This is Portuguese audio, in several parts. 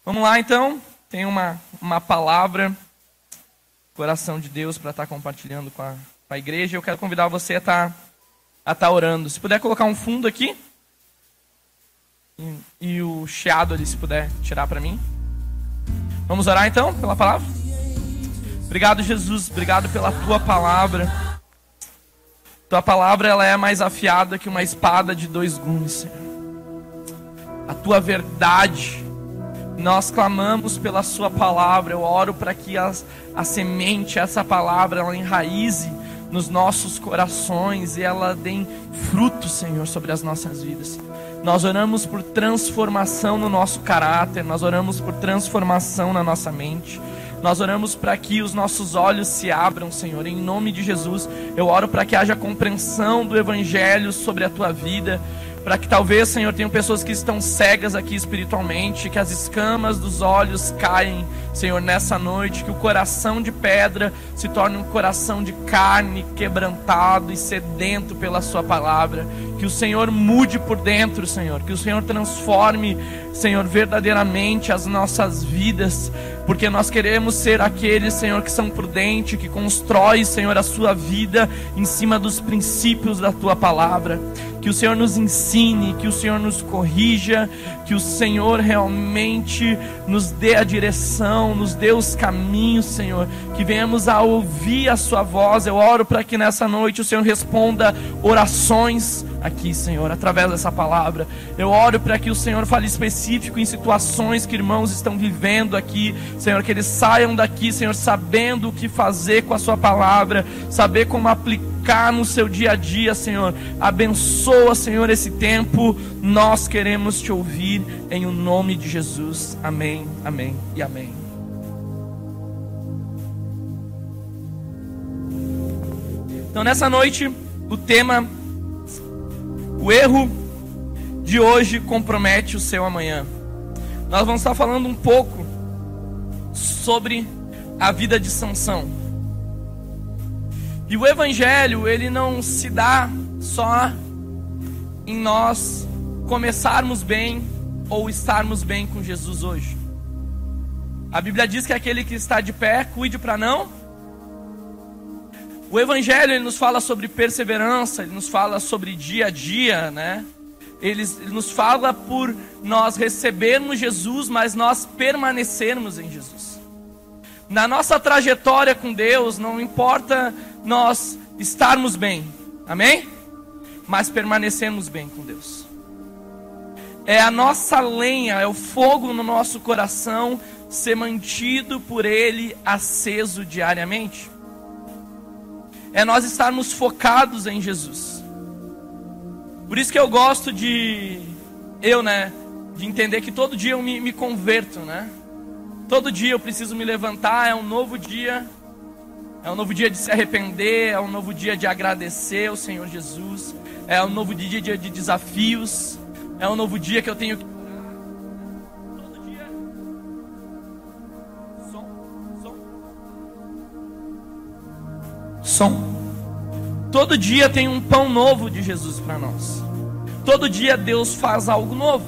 Vamos lá então, tem uma palavra, coração de Deus para estar compartilhando com a igreja. Eu quero convidar você a estar orando. Se puder colocar um fundo aqui, e o chiado ali, se puder tirar para mim. Vamos orar então pela palavra? Obrigado, Jesus, obrigado pela tua palavra. Tua palavra, ela é mais afiada que uma espada de 2 gumes, Senhor. A tua verdade, nós clamamos pela sua palavra. Eu oro para que a semente, essa palavra, ela enraize nos nossos corações e ela dê fruto, Senhor, sobre as nossas vidas. Nós oramos por transformação no nosso caráter, nós oramos por transformação na nossa mente. Nós oramos para que os nossos olhos se abram, Senhor, em nome de Jesus. Eu oro para que haja compreensão do Evangelho sobre a tua vida, para que talvez, Senhor, tenham pessoas que estão cegas aqui espiritualmente, que as escamas dos olhos caem, Senhor, nessa noite, que o coração de pedra se torne um coração de carne, quebrantado e sedento pela sua palavra. Que o Senhor mude por dentro, Senhor, que o Senhor transforme, Senhor, verdadeiramente as nossas vidas, porque nós queremos ser aqueles, Senhor, que são prudentes, que constrói, Senhor, a sua vida em cima dos princípios da tua palavra. Que o Senhor nos ensine, que o Senhor nos corrija, que o Senhor realmente nos dê a direção, nos dê os caminhos, Senhor, que venhamos a ouvir a sua voz. Eu oro para que nessa noite o Senhor responda orações aqui, Senhor, através dessa palavra. Eu oro para que o Senhor fale específico em situações que irmãos estão vivendo aqui, Senhor, que eles saiam daqui, Senhor, sabendo o que fazer com a sua palavra, saber como aplicar no seu dia a dia, Senhor. Abençoa, Senhor, esse tempo. Nós queremos te ouvir em o nome de Jesus. Amém, amém e amém. Então, nessa noite, o tema: o erro de hoje compromete o seu amanhã. Nós vamos estar falando um pouco sobre a vida de Sansão. E o Evangelho, ele não se dá só em nós começarmos bem ou estarmos bem com Jesus hoje. A Bíblia diz que aquele que está de pé, cuide para não. O Evangelho, ele nos fala sobre perseverança, ele nos fala sobre dia a dia, né? Ele nos fala por nós recebermos Jesus, mas nós permanecermos em Jesus. Na nossa trajetória com Deus, não importa nós estarmos bem, amém? Mas permanecermos bem com Deus. É a nossa lenha, é o fogo no nosso coração ser mantido por Ele aceso diariamente. É nós estarmos focados em Jesus. Por isso que eu gosto de entender que todo dia eu me converto, né? Todo dia eu preciso me levantar, é um novo dia. É um novo dia de se arrepender, é um novo dia de agradecer ao Senhor Jesus. É um novo dia de desafios. É um novo dia que eu tenho que orar. Todo dia. Som. Todo dia tem um pão novo de Jesus para nós. Todo dia Deus faz algo novo.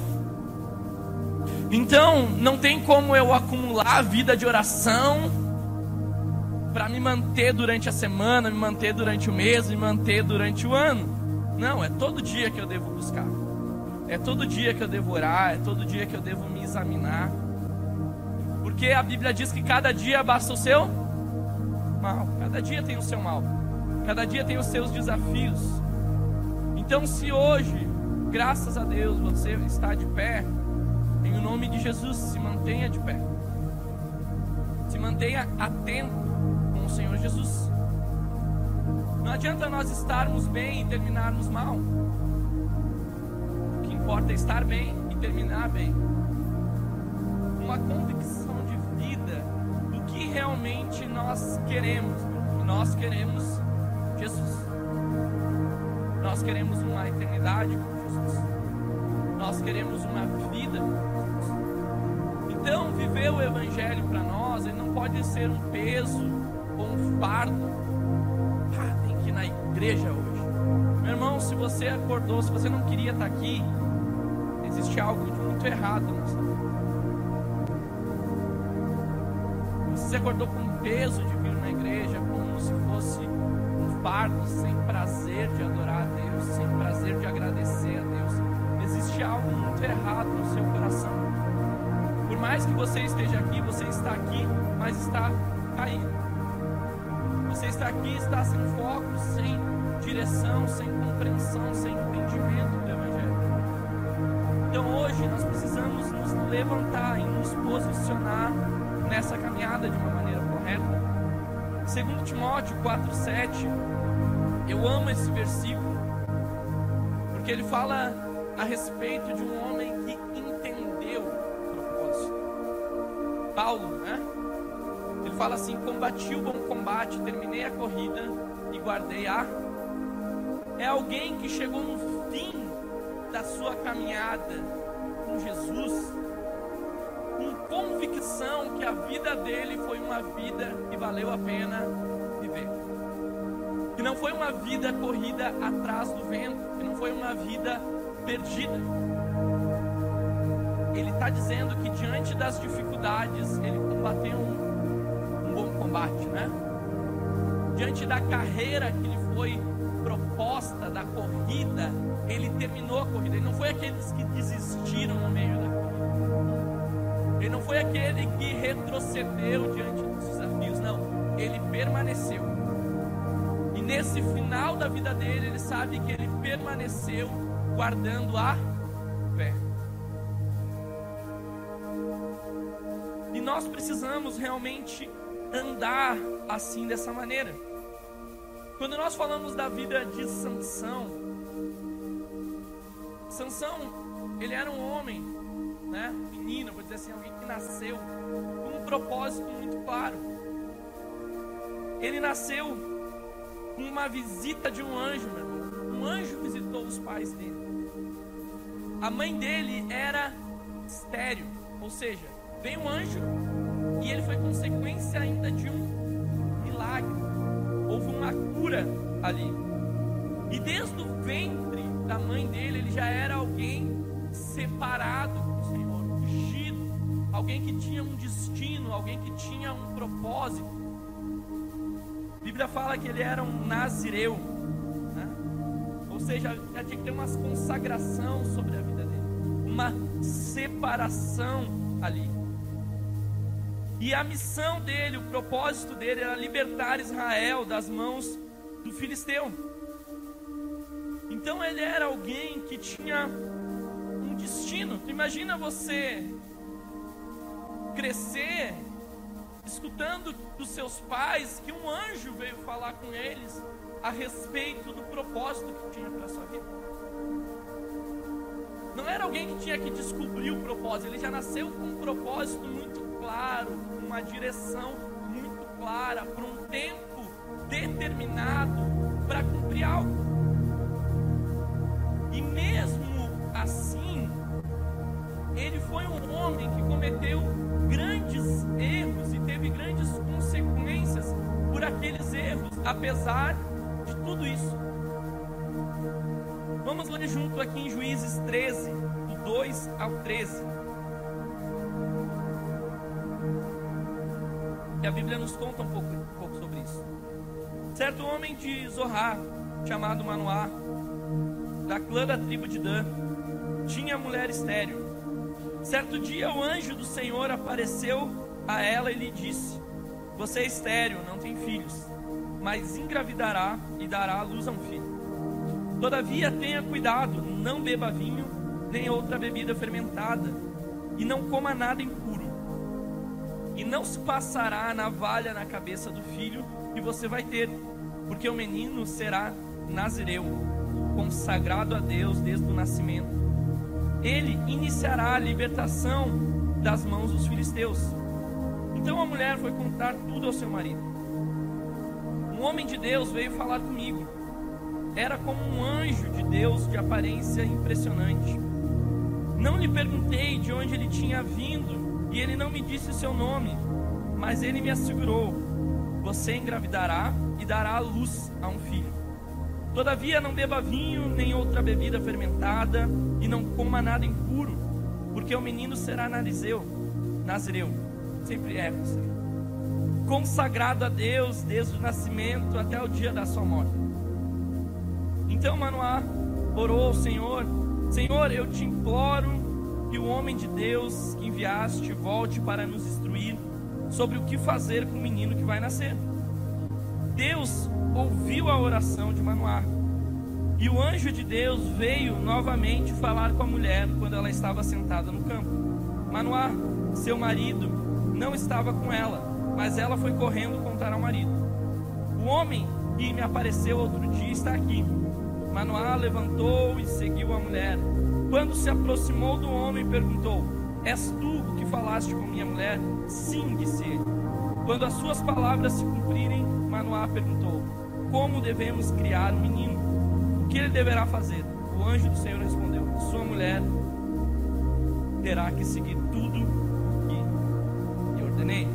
Então, não tem como eu acumular a vida de oração para me manter durante a semana, me manter durante o mês, me manter durante o ano. Não, é todo dia que eu devo buscar. É todo dia que eu devo orar, é todo dia que eu devo me examinar. Porque a Bíblia diz que cada dia basta o seu mal. Cada dia tem o seu mal. Cada dia tem os seus desafios. Então, se hoje, graças a Deus, você está de pé, em nome de Jesus, se mantenha de pé. Se mantenha atento com o Senhor Jesus. Não adianta nós estarmos bem e terminarmos mal. O que importa é estar bem e terminar bem. Uma convicção de vida do que realmente nós queremos. Nós queremos Jesus. Nós queremos uma eternidade com Jesus. Nós queremos uma vida com Jesus. Então, viver o Evangelho para nós, ele não pode ser um peso ou um fardo. Tem que ir na igreja hoje. Meu irmão, se você acordou, se você não queria estar aqui, existe algo de muito errado. Você acordou com peso de vir na igreja, como se fosse um fardo, sem prazer de adorar a Deus, sem prazer de agradecer a Deus. Existe algo muito errado no seu coração. Por mais que você esteja aqui, você está aqui, mas está caído. Você está aqui, está sem foco, sem direção, sem compreensão, sem entendimento do Evangelho. Então hoje nós precisamos nos levantar e nos posicionar nessa caminhada de uma maneira correta. 2 Timóteo 4,7, eu amo esse versículo, porque ele fala a respeito de um homem que entendeu o propósito. Paulo, né? Ele fala assim: combati o bom combate, terminei a corrida e guardei a... É alguém que chegou no fim da sua caminhada com Jesus, com convicção que a vida dele foi uma vida que valeu a pena viver, que não foi uma vida corrida atrás do vento, que não foi uma vida perdida. Ele está dizendo que diante das dificuldades ele combateu um bom combate, né? Diante da carreira que lhe foi proposta, da corrida, ele terminou a corrida. Ele não foi aqueles que desistiram no meio da corrida. Ele não foi aquele que retrocedeu diante dos desafios. Não, ele permaneceu. E nesse final da vida dele, ele sabe que ele permaneceu guardando a fé. E nós precisamos realmente andar assim, dessa maneira. Quando nós falamos da vida de Sansão, ele era um homem, né? Menino, vou dizer assim, alguém que nasceu com um propósito muito claro. Ele nasceu com uma visita de um anjo, meu irmão. Um anjo visitou os pais dele. A mãe dele era estéril, ou seja, veio um anjo e ele foi consequência ainda de um milagre. Houve uma cura ali. E desde o ventre da mãe dele, ele já era alguém separado do Senhor, ungido, alguém que tinha um destino, alguém que tinha um propósito. A Bíblia fala que ele era um nazireu, né? Ou seja, já tinha que ter uma consagração sobre a vida dele, uma separação ali. E a missão dele, o propósito dele era libertar Israel das mãos do filisteu. Então ele era alguém que tinha um destino. Tu imagina você crescer escutando dos seus pais que um anjo veio falar com eles a respeito do propósito que tinha para a sua vida. Não era alguém que tinha que descobrir o propósito, ele já nasceu com um propósito muito claro, uma direção muito clara, para um tempo determinado para cumprir algo. E mesmo assim, ele foi um homem que cometeu grandes erros e teve grandes consequências por aqueles erros, apesar de tudo isso. Vamos ler junto aqui em Juízes 13, do 2 ao 13. E a Bíblia nos conta um pouco sobre isso. Certo homem de Zorá, chamado Manoá, da clã da tribo de Dan, tinha mulher estéril. Certo dia o anjo do Senhor apareceu a ela e lhe disse: você é estéril, não tem filhos, mas engravidará e dará à luz a um filho. Todavia tenha cuidado, não beba vinho, nem outra bebida fermentada, e não coma nada impuro. E não se passará a navalha na cabeça do filho que você vai ter, porque o menino será nazireu, consagrado a Deus desde o nascimento. Ele iniciará a libertação das mãos dos filisteus. Então a mulher foi contar tudo ao seu marido. Um homem de Deus veio falar comigo. Era como um anjo de Deus de aparência impressionante. Não lhe perguntei de onde ele tinha vindo, e ele não me disse o seu nome, mas ele me assegurou: você engravidará e dará à luz a um filho. Todavia não beba vinho, nem outra bebida fermentada, e não coma nada impuro, porque o menino será nazireu. Sempre é, Senhor. consagrado a Deus desde o nascimento até o dia da sua morte. Então Manoá orou ao Senhor: Senhor, eu te imploro que o homem de Deus que enviaste volte para nos instruir sobre o que fazer com o menino que vai nascer. Deus ouviu a oração de Manoá, e o anjo de Deus veio novamente falar com a mulher quando ela estava sentada no campo. Manoá, seu marido, não estava com ela, mas ela foi correndo contar ao marido: o homem que me apareceu outro dia está aqui. Manoá levantou e seguiu a mulher. Quando se aproximou do homem, perguntou: és tu o que falaste com minha mulher? Sim, disse ele. Quando as suas palavras se cumprirem, Manoá perguntou: como devemos criar um menino? O que ele deverá fazer? O anjo do Senhor respondeu: sua mulher terá que seguir tudo que lhe ordenei.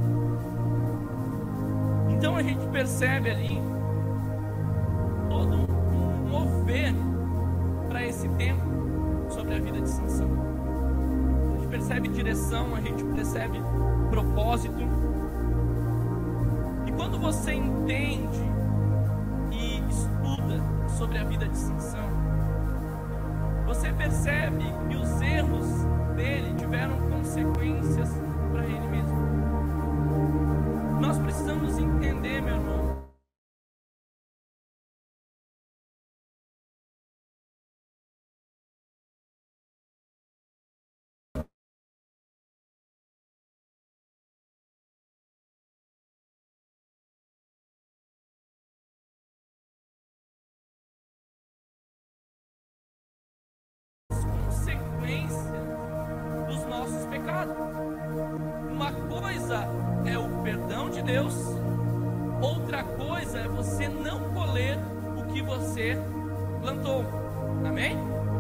Então a gente percebe ali todo um mover para esse tempo sobre a vida de Sansão. A gente percebe direção, a gente percebe propósito. E quando você entende e estuda sobre a vida de Sansão, você percebe que os erros dele tiveram consequências para ele mesmo. Nós precisamos entender, meu irmão, dos nossos pecados. Uma coisa é o perdão de Deus, outra coisa é você não colher o que você plantou. Amém?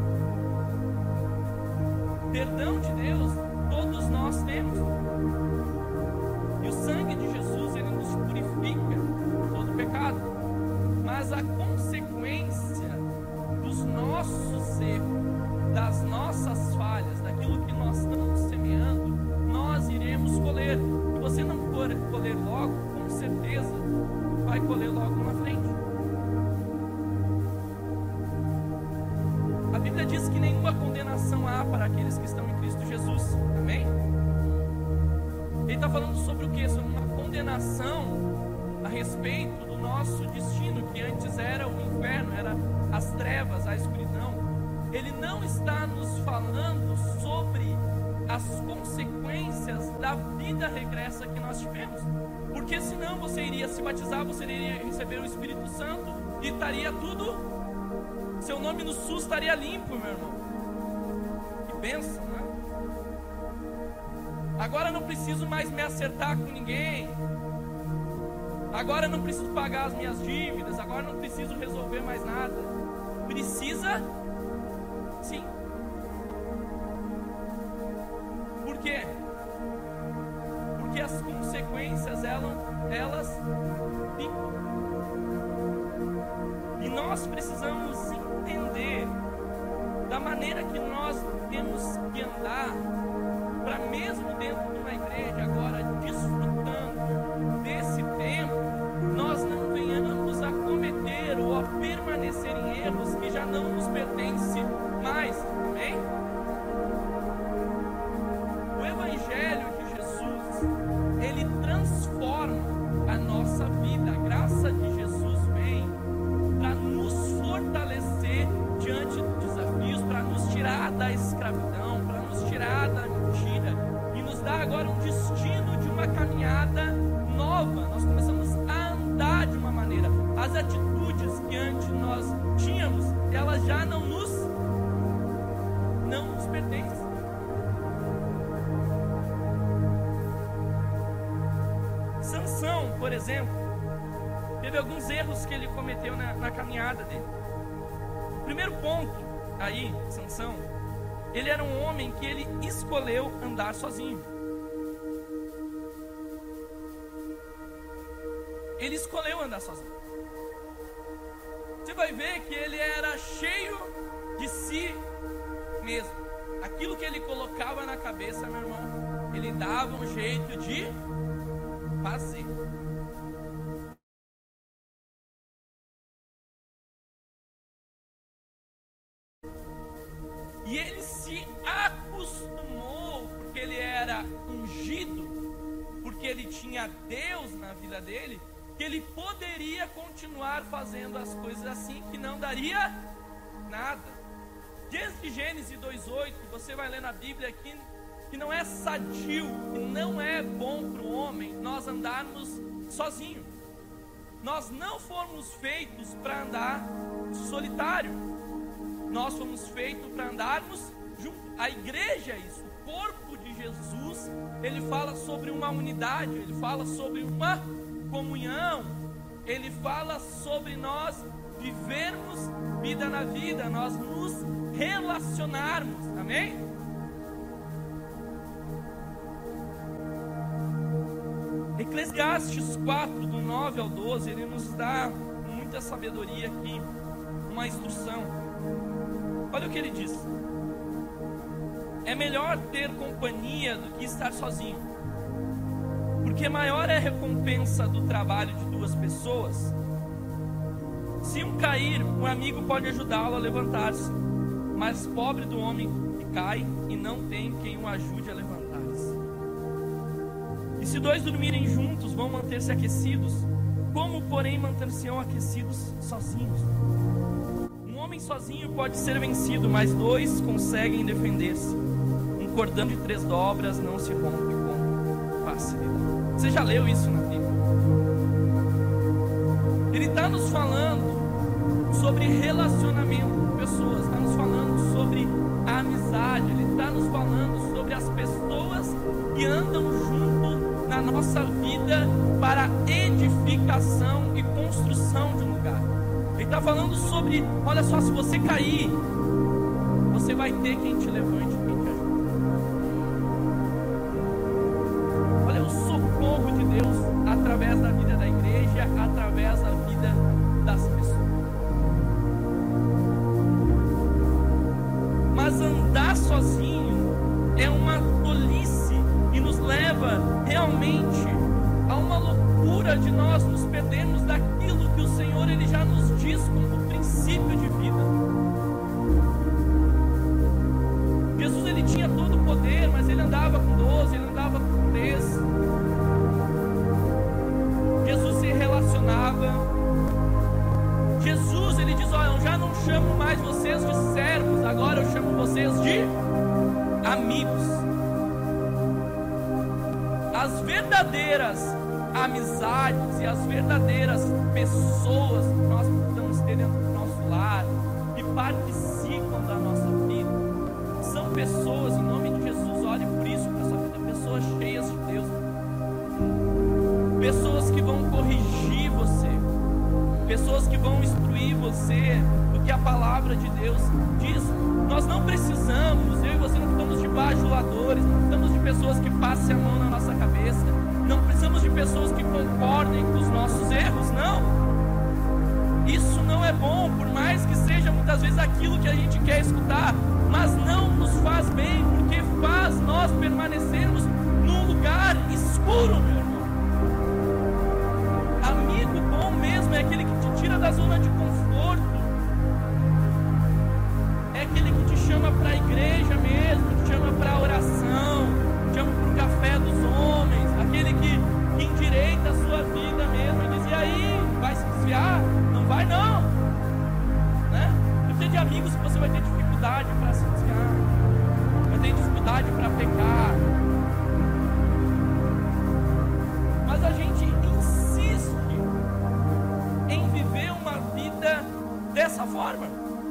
Perdão de Deus todos nós temos, e o sangue de Jesus, ele nos purifica de todo pecado. Mas a consequência dos nossos erros, das nossas falhas, daquilo que nós estamos semeando, nós iremos colher. Se você não for colher logo, com certeza vai colher logo na frente. A Bíblia diz que nenhuma condenação há para aqueles que estão em Cristo Jesus. Amém? Ele está falando sobre o que? Sobre uma condenação a respeito do nosso destino, que antes era o inferno, era as trevas, a escuridão. Ele não está nos falando sobre as consequências da vida regressa que nós tivemos. Porque senão você iria se batizar, você iria receber o Espírito Santo e estaria tudo, seu nome no SUS estaria limpo, meu irmão. Que bênção, né? Agora não preciso mais me acertar com ninguém. Agora não preciso pagar as minhas dívidas. Agora não preciso resolver mais nada. Precisa? Sim. Por quê? Porque as consequências elas ficam. E nós precisamos entender da maneira que nós temos que andar, para mesmo dentro de uma igreja agora desfrutando desse tempo, nós não venhamos a cometer ou a permanecer em erros que já não nos pertencem mais. Amém? O Evangelho de Jesus, ele transforma a nossa vida. A graça de Jesus vem para nos fortalecer diante dos desafios, para nos tirar da escravidão, para nos tirar da mentira e nos dar agora um destino de uma caminhada nova. Nós começamos a andar de uma maneira. As atitudes que antes nós tínhamos, elas já não nos pertencem. Sansão, por exemplo, teve alguns erros que ele cometeu na caminhada dele. O primeiro ponto aí, Sansão, ele era um homem que ele escolheu andar sozinho. Ele escolheu andar sozinho. Você vai ver que ele era cheio de si mesmo. Aquilo que ele colocava na cabeça, meu irmão, ele dava um jeito de fazer. E ele se acostumou, porque ele era ungido, porque ele tinha Deus na vida dele, que ele poderia continuar fazendo as coisas assim, que não daria nada. Desde Gênesis 2:8, você vai ler na Bíblia que não é sadio, que não é bom para o homem nós andarmos sozinhos. Nós não fomos feitos para andar solitário. Nós fomos feitos para andarmos juntos. A igreja é isso. O corpo de Jesus, ele fala sobre uma unidade, ele fala sobre uma comunhão, ele fala sobre nós vivermos vida na vida, nós nos relacionarmos. Amém? Eclesiastes 4, do 9 ao 12, ele nos dá com muita sabedoria aqui uma instrução. Olha o que ele diz: é melhor ter companhia do que estar sozinho, porque maior é a recompensa do trabalho de duas pessoas. Se um cair, um amigo pode ajudá-lo a levantar-se, mas pobre do homem que cai e não tem quem o ajude a levantar-se. E se dois dormirem juntos, vão manter-se aquecidos. Como, porém, manter-se-ão aquecidos sozinhos? Um homem sozinho pode ser vencido, mas dois conseguem defender-se. Um cordão de 3 dobras não se rompe com facilidade. Você já leu isso na Bíblia? Ele está nos falando sobre relacionamento com pessoas, está nos falando sobre a amizade, ele está nos falando sobre as pessoas que andam junto na nossa vida para edificação e construção de um lugar. Ele está falando sobre, olha só, se você cair, você vai ter quem te levante, quem te ajude. Olha o socorro de Deus através da vida da igreja, através da vida das pessoas. Mas andar sozinho é uma tolice e nos leva realmente a uma loucura de nós nos perdermos daquilo que o Senhor ele já nos diz como princípio de vida. Jesus ele tinha todo o poder, mas ele andava com 12, ele andava com 3. Jesus se relacionava. Jesus ele diz: olha, eu já não chamo mais vocês de servos, agora eu chamo vocês de amigos. As verdadeiras amizades e as verdadeiras pessoas que nós precisamos ter dentro do nosso lar, que participam da nossa vida, são pessoas, em nome de Jesus, olhe por isso para a sua vida, pessoas cheias de Deus, pessoas que vão corrigir você, pessoas que vão instruir você do que a palavra de Deus diz. Nós não precisamos, eu e você não precisamos de bajuladores, não precisamos de pessoas que passem a mão na nossa cabeça, não precisamos de pessoas que concordem com os nossos erros, não. Isso não é bom, por mais que seja muitas vezes aquilo que a gente quer escutar, mas não nos faz bem, porque faz nós permanecermos num lugar escuro, meu irmão. Amigo bom mesmo é aquele que te tira da zona de conforto, é aquele que te chama para a igreja mesmo, te chama para a oração, te chama para o café dos homens, aquele que endireita a sua vida mesmo e diz: e aí, vai se desviar? Não vai não, né? Não tem de amigos que você vai ter dificuldade para se desviar, vai ter dificuldade para pecar, mas a gente insiste em viver uma vida dessa forma,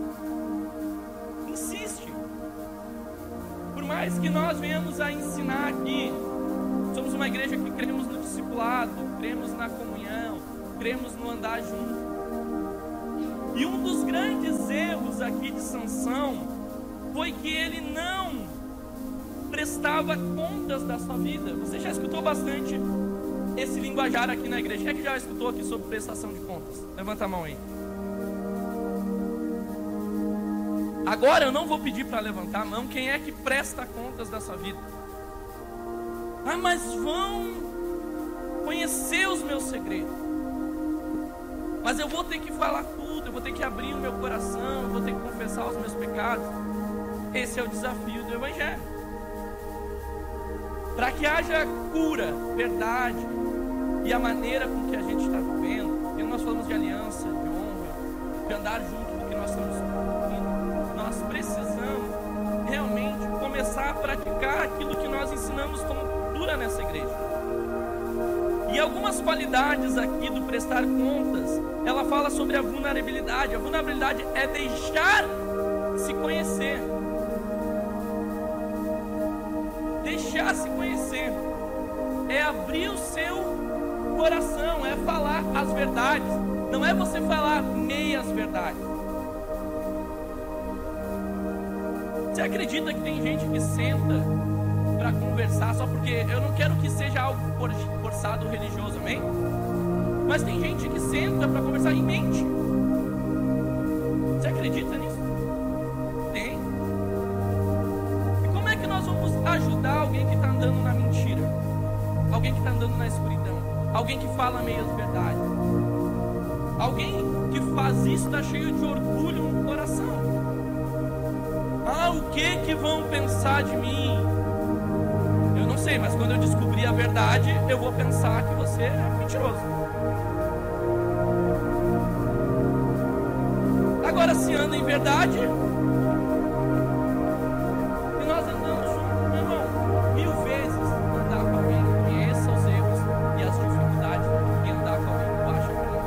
insiste. Por mais que nós venhamos a ensinar aqui, somos uma igreja que cremos no discipulado, cremos na comunhão, cremos no andar junto. E um dos grandes erros aqui de Sansão foi que ele não prestava contas da sua vida. Você já escutou bastante esse linguajar aqui na igreja? Quem é que já escutou aqui sobre prestação de contas? Levanta a mão aí. Agora eu não vou pedir para levantar a mão quem é que presta contas da sua vida. Ah, mas vão conhecer os meus segredos. Mas eu vou ter que falar tudo, eu vou ter que abrir o meu coração, eu vou ter que confessar os meus pecados. Esse é o desafio do Evangelho. Para que haja cura, verdade e a maneira com que a gente está vivendo, porque nós falamos de aliança, de honra, de andar junto do que nós estamos cumprindo, nós precisamos realmente começar a praticar aquilo que nós ensinamos como cultura nessa igreja. E algumas qualidades aqui do prestar contas, ela fala sobre a vulnerabilidade. A vulnerabilidade é deixar se conhecer. Deixar se conhecer é abrir o seu coração, é falar as verdades. Não é você falar meias verdades. Você acredita que tem gente que senta para conversar só porque... Eu não quero que seja algo forçado religioso, amém? Mas tem gente que senta para conversar e mente. Você acredita nisso? Tem. E como é que nós vamos ajudar alguém que está andando na mentira? Alguém que está andando na escuridão? Alguém que fala meias verdades? Alguém que faz isso está cheio de orgulho no coração. Ah, o que vão pensar de mim? Eu não sei, mas quando eu descobrir a verdade, eu vou pensar que você é mentiroso. Agora, se anda em verdade, e nós andamos juntos, meu irmão, 1000 vezes andar com alguém que conheça os erros e as dificuldades e andar com alguém que acha que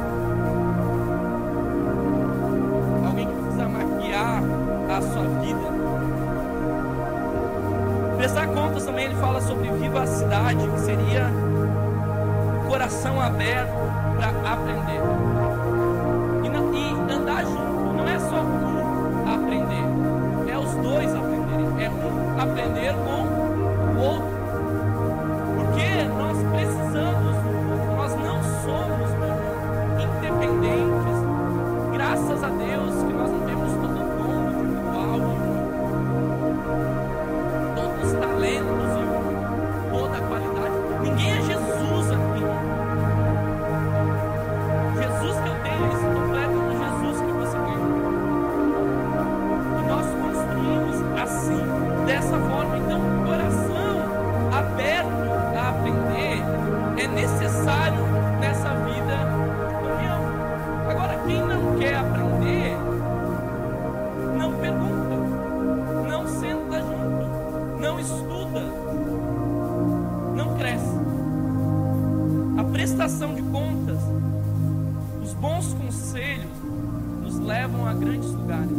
não. Alguém que precisa maquiar a sua vida. Prestar contas também, ele fala sobre vivacidade, que seria o coração aberto para aprender. E andar junto não é só um aprender, é os dois aprenderem, é um aprender com o outro. Porque nós precisamos do outro, nós não somos, meu irmão, independentes. Graças a Deus que nós não temos todo o dom individual, todos os talentos e toda a qualidade. Ninguém é Jesus aqui. Jesus que eu tenho, ele se completa no Jesus que você tem. E nós construímos assim, dessa forma. Então, o coração aberto a aprender é necessário nessa vida de comunhão. Agora, quem não quer aprender, não pergunta, não senta junto, não estuda, não cresce. A prestação de contas, os bons conselhos nos levam a grandes lugares.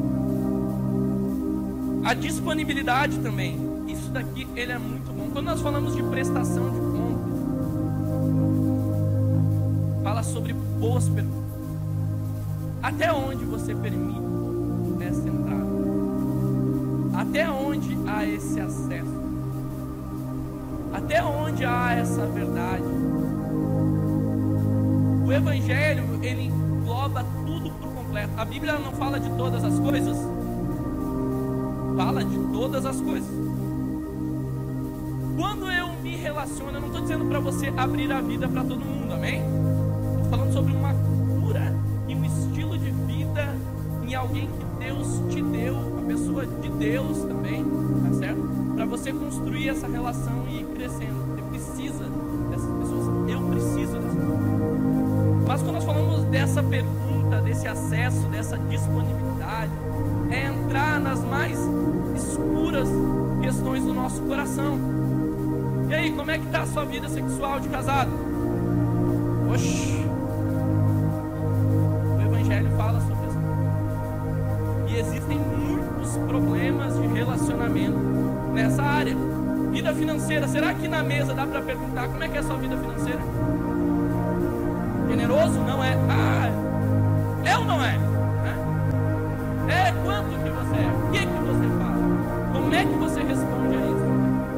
A disponibilidade também, isso daqui ele é muito bom. Quando nós falamos de prestação de contas, fala sobre boas perguntas. Até onde você permite essa entrada? Até onde há esse acesso? Até onde há essa verdade? O Evangelho, ele engloba tudo por completo. A Bíblia não fala de todas as coisas? Fala de todas as coisas. Quando eu me relaciono, eu não estou dizendo para você abrir a vida para todo mundo, amém? Estou falando sobre uma cultura e um estilo de vida em alguém que Deus te deu, uma pessoa de Deus também, tá certo? Para você construir essa relação e ir crescendo. Você precisa dessas pessoas, eu preciso dessas pessoas. Mas quando nós falamos dessa pergunta, desse acesso, dessa disponibilidade, é entrar nas mais escuras questões do nosso coração. E aí, como é que está a sua vida sexual de casado? Oxi! O Evangelho fala sobre isso. E existem muitos problemas de relacionamento nessa área. Vida financeira, será que na mesa dá para perguntar como é que é a sua vida financeira? Generoso? Não é? Ah, é ou não é? É quanto que você é? O que você fala? Como é que você responde a isso?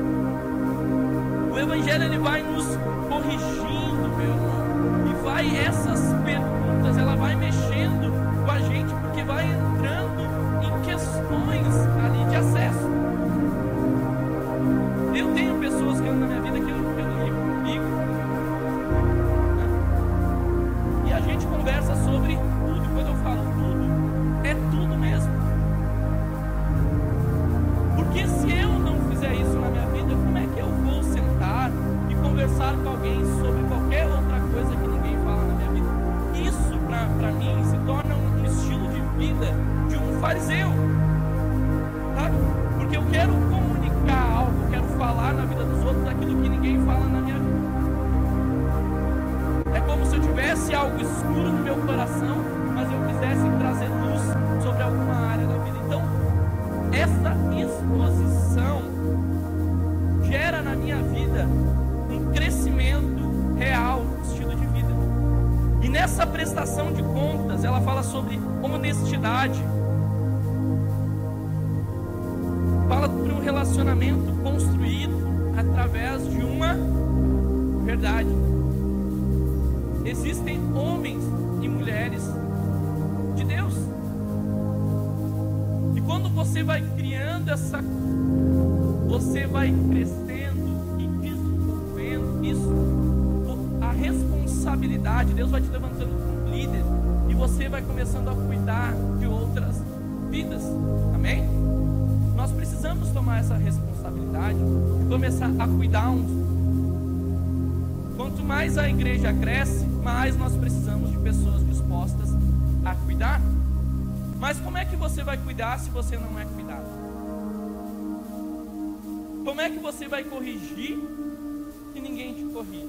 O Evangelho ele vai nos corrigindo, meu irmão, e vai essas perguntas, ela vai mexendo com a gente, porque vai entrando em questões ali de acesso. Eu tenho pessoas que andam na minha vida que eu não ligo comigo, falar com alguém sobre qualquer outra coisa que ninguém fala na minha vida. Isso, para mim, se torna um estilo de vida de um fariseu, sabe? Porque eu quero comunicar algo, eu quero falar na vida dos outros aquilo que ninguém fala na minha vida. É como se eu tivesse algo escuro no meu coração, mas eu quisesse trazer luz sobre alguma área da vida. Então, essa exposição gera na minha vida um crescimento real no estilo de vida. E nessa prestação de contas, ela fala sobre honestidade. Fala sobre um relacionamento construído através de uma verdade. Existem homens e mulheres de Deus. E quando você vai criando você vai crescendo e desenvolvendo isso, a responsabilidade, Deus vai te levantando como líder e você vai começando a cuidar de outras vidas. Amém? Nós precisamos tomar essa responsabilidade e começar a cuidar uns. Quanto mais a igreja cresce, mais nós precisamos de pessoas dispostas a cuidar. Mas como é que você vai cuidar se você não é cuidado? Como é que você vai corrigir se ninguém te corrige?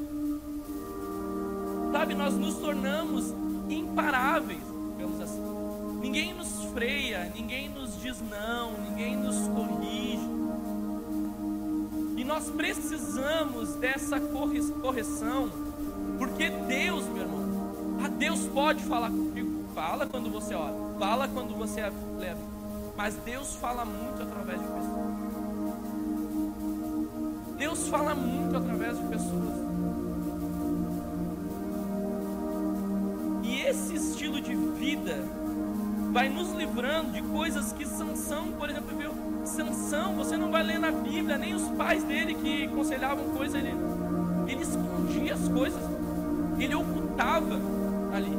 Sabe, nós nos tornamos imparáveis, digamos assim. Ninguém nos freia, ninguém nos diz não, ninguém nos corrige. E nós precisamos dessa correção, porque Deus, meu irmão, Deus pode falar contigo. Fala quando você ora, fala quando você leva, mas Deus fala muito através de pessoas. Deus fala muito através de pessoas. E esse estilo de vida vai nos livrando de coisas que Sansão, por exemplo, viu? Sansão, você não vai ler na Bíblia, nem os pais dele que aconselhavam coisas, ele escondia as coisas, ele ocultava ali.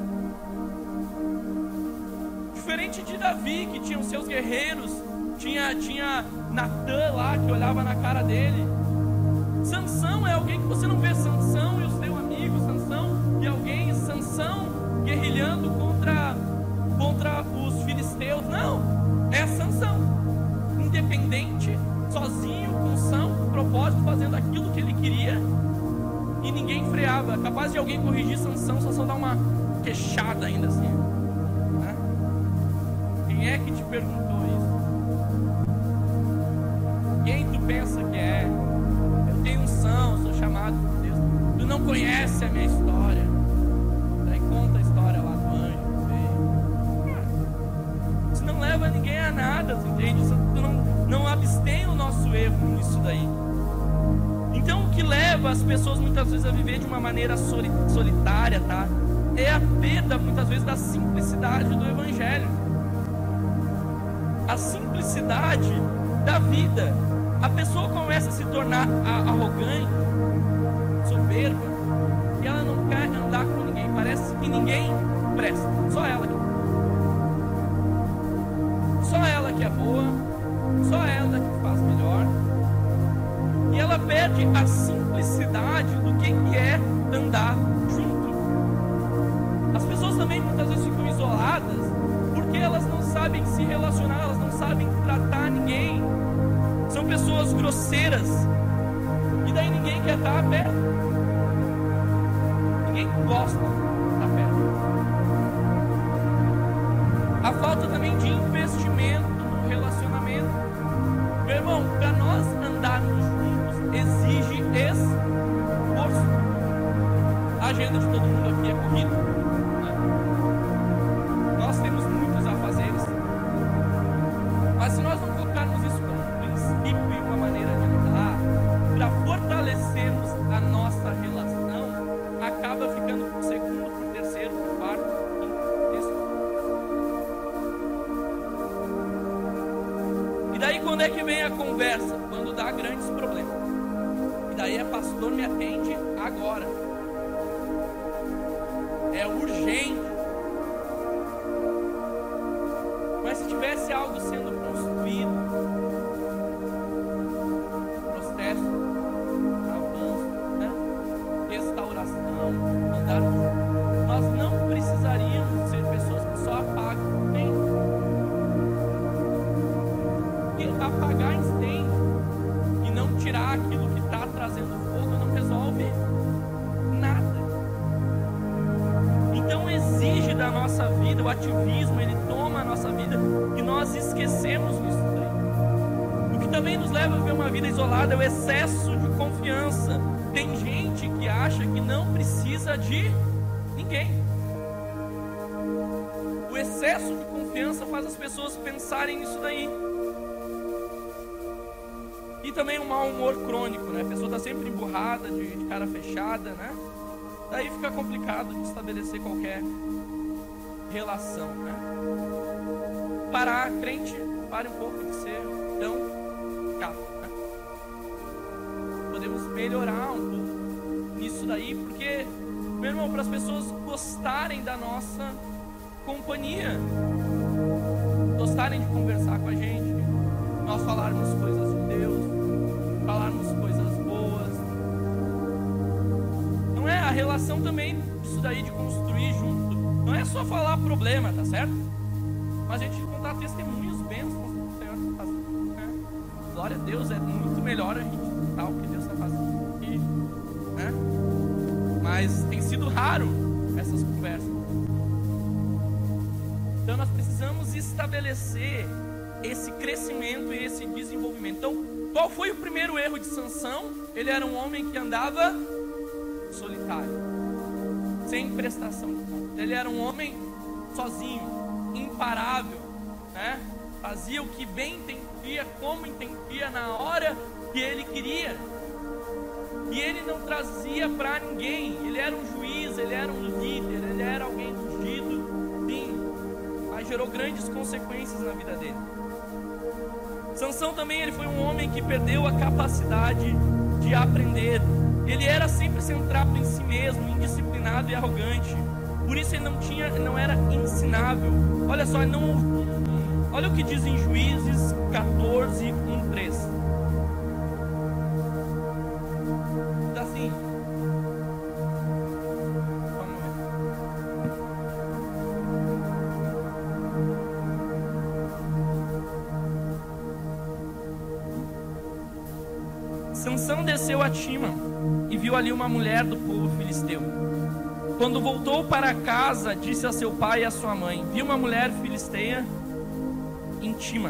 Diferente de Davi, que tinha os seus guerreiros, tinha Natã lá, que olhava na cara dele. Sansão é alguém que você não vê Sansão e o seu amigo, Sansão guerrilhando contra os filisteus. Não, é Sansão, independente, sozinho, com com propósito, fazendo aquilo que ele queria, e ninguém freava. Capaz de alguém corrigir Sansão, só dar uma queixada ainda assim, né? Quem é que te perguntou isso? Quem tu pensa que é? Eu tenho unção, sou chamado por Deus. Tu não conhece a minha história. Daí conta a história lá do anjo. Isso não leva ninguém a nada, entende? Isso não abstém o nosso erro nisso daí. Então o que leva as pessoas muitas vezes a viver de uma maneira solitária, tá? É a perda muitas vezes da simplicidade do Evangelho. A simplicidade da vida. A pessoa começa a se tornar arrogante, soberba, e ela não quer andar com ninguém. Parece que ninguém presta, só ela que é boa, só ela que faz melhor. E ela perde a simplicidade do que é andar junto. As pessoas também muitas vezes ficam isoladas porque elas não sabem se relacionar, elas não sabem tratar ninguém. São pessoas grosseiras. E daí ninguém quer estar perto. Ninguém gosta de estar perto. A falta também de investimento no relacionamento. Meu irmão, para nós andarmos juntos exige esforço. A agenda de todo mundo aqui é corrida, né? Nós temos muitos afazeres. Mas se nós não colocarmos isso como um princípio e uma maneira de andar, para fortalecermos a nossa relação, acaba ficando por segundo, por terceiro, por quarto, por quinto, por sexto. E daí quando é que vem a conversa? Quando dá grandes problemas. E daí pastor, me atende agora. É urgente. Mas se tivesse algo sendo construído, processo, avanço, né? ativismo, ele toma a nossa vida e nós esquecemos disso daí. O que também nos leva a viver uma vida isolada é o excesso de confiança. Tem gente que acha que não precisa de ninguém. O excesso de confiança faz as pessoas pensarem nisso daí. E também um mau humor crônico, né? A pessoa está sempre emburrada, de cara fechada, né? Daí fica complicado de estabelecer qualquer relação, né? Crente, pare um pouco de ser tão chato, né? Podemos melhorar um pouco nisso daí, porque, meu irmão, para as pessoas gostarem da nossa companhia, gostarem de conversar com a gente, nós falarmos coisas de Deus, falarmos coisas boas. Não é a relação também, isso daí de construir junto. Não é só falar problema, tá certo? Mas a gente contar testemunhos, bênçãos do Senhor está fazendo, né? Glória a Deus, é muito melhor a gente contar o que Deus está fazendo aqui, né? Mas tem sido raro essas conversas. Então nós precisamos estabelecer esse crescimento e esse desenvolvimento. Então, qual foi o primeiro erro de Sansão? Ele era um homem que andava solitário, sem prestação de contas. Ele era um homem sozinho, imparável, né? Fazia o que bem entendia, como entendia, na hora que ele queria. E ele não trazia para ninguém. Ele era um juiz, ele era um líder, ele era alguém ungido, sim, mas gerou grandes consequências na vida dele. Sansão também, ele foi um homem que perdeu a capacidade de aprender. Ele era sempre centrado em si mesmo, indisciplinado e arrogante. Por isso ele não era ensinável. Olha só, olha o que diz em Juízes 14, 1, 3. Diz assim. Vamos ver. Sansão desceu a Tima e viu ali uma mulher do povo filisteu. Quando voltou para casa, disse a seu pai e a sua mãe: vi uma mulher filisteia em Tima.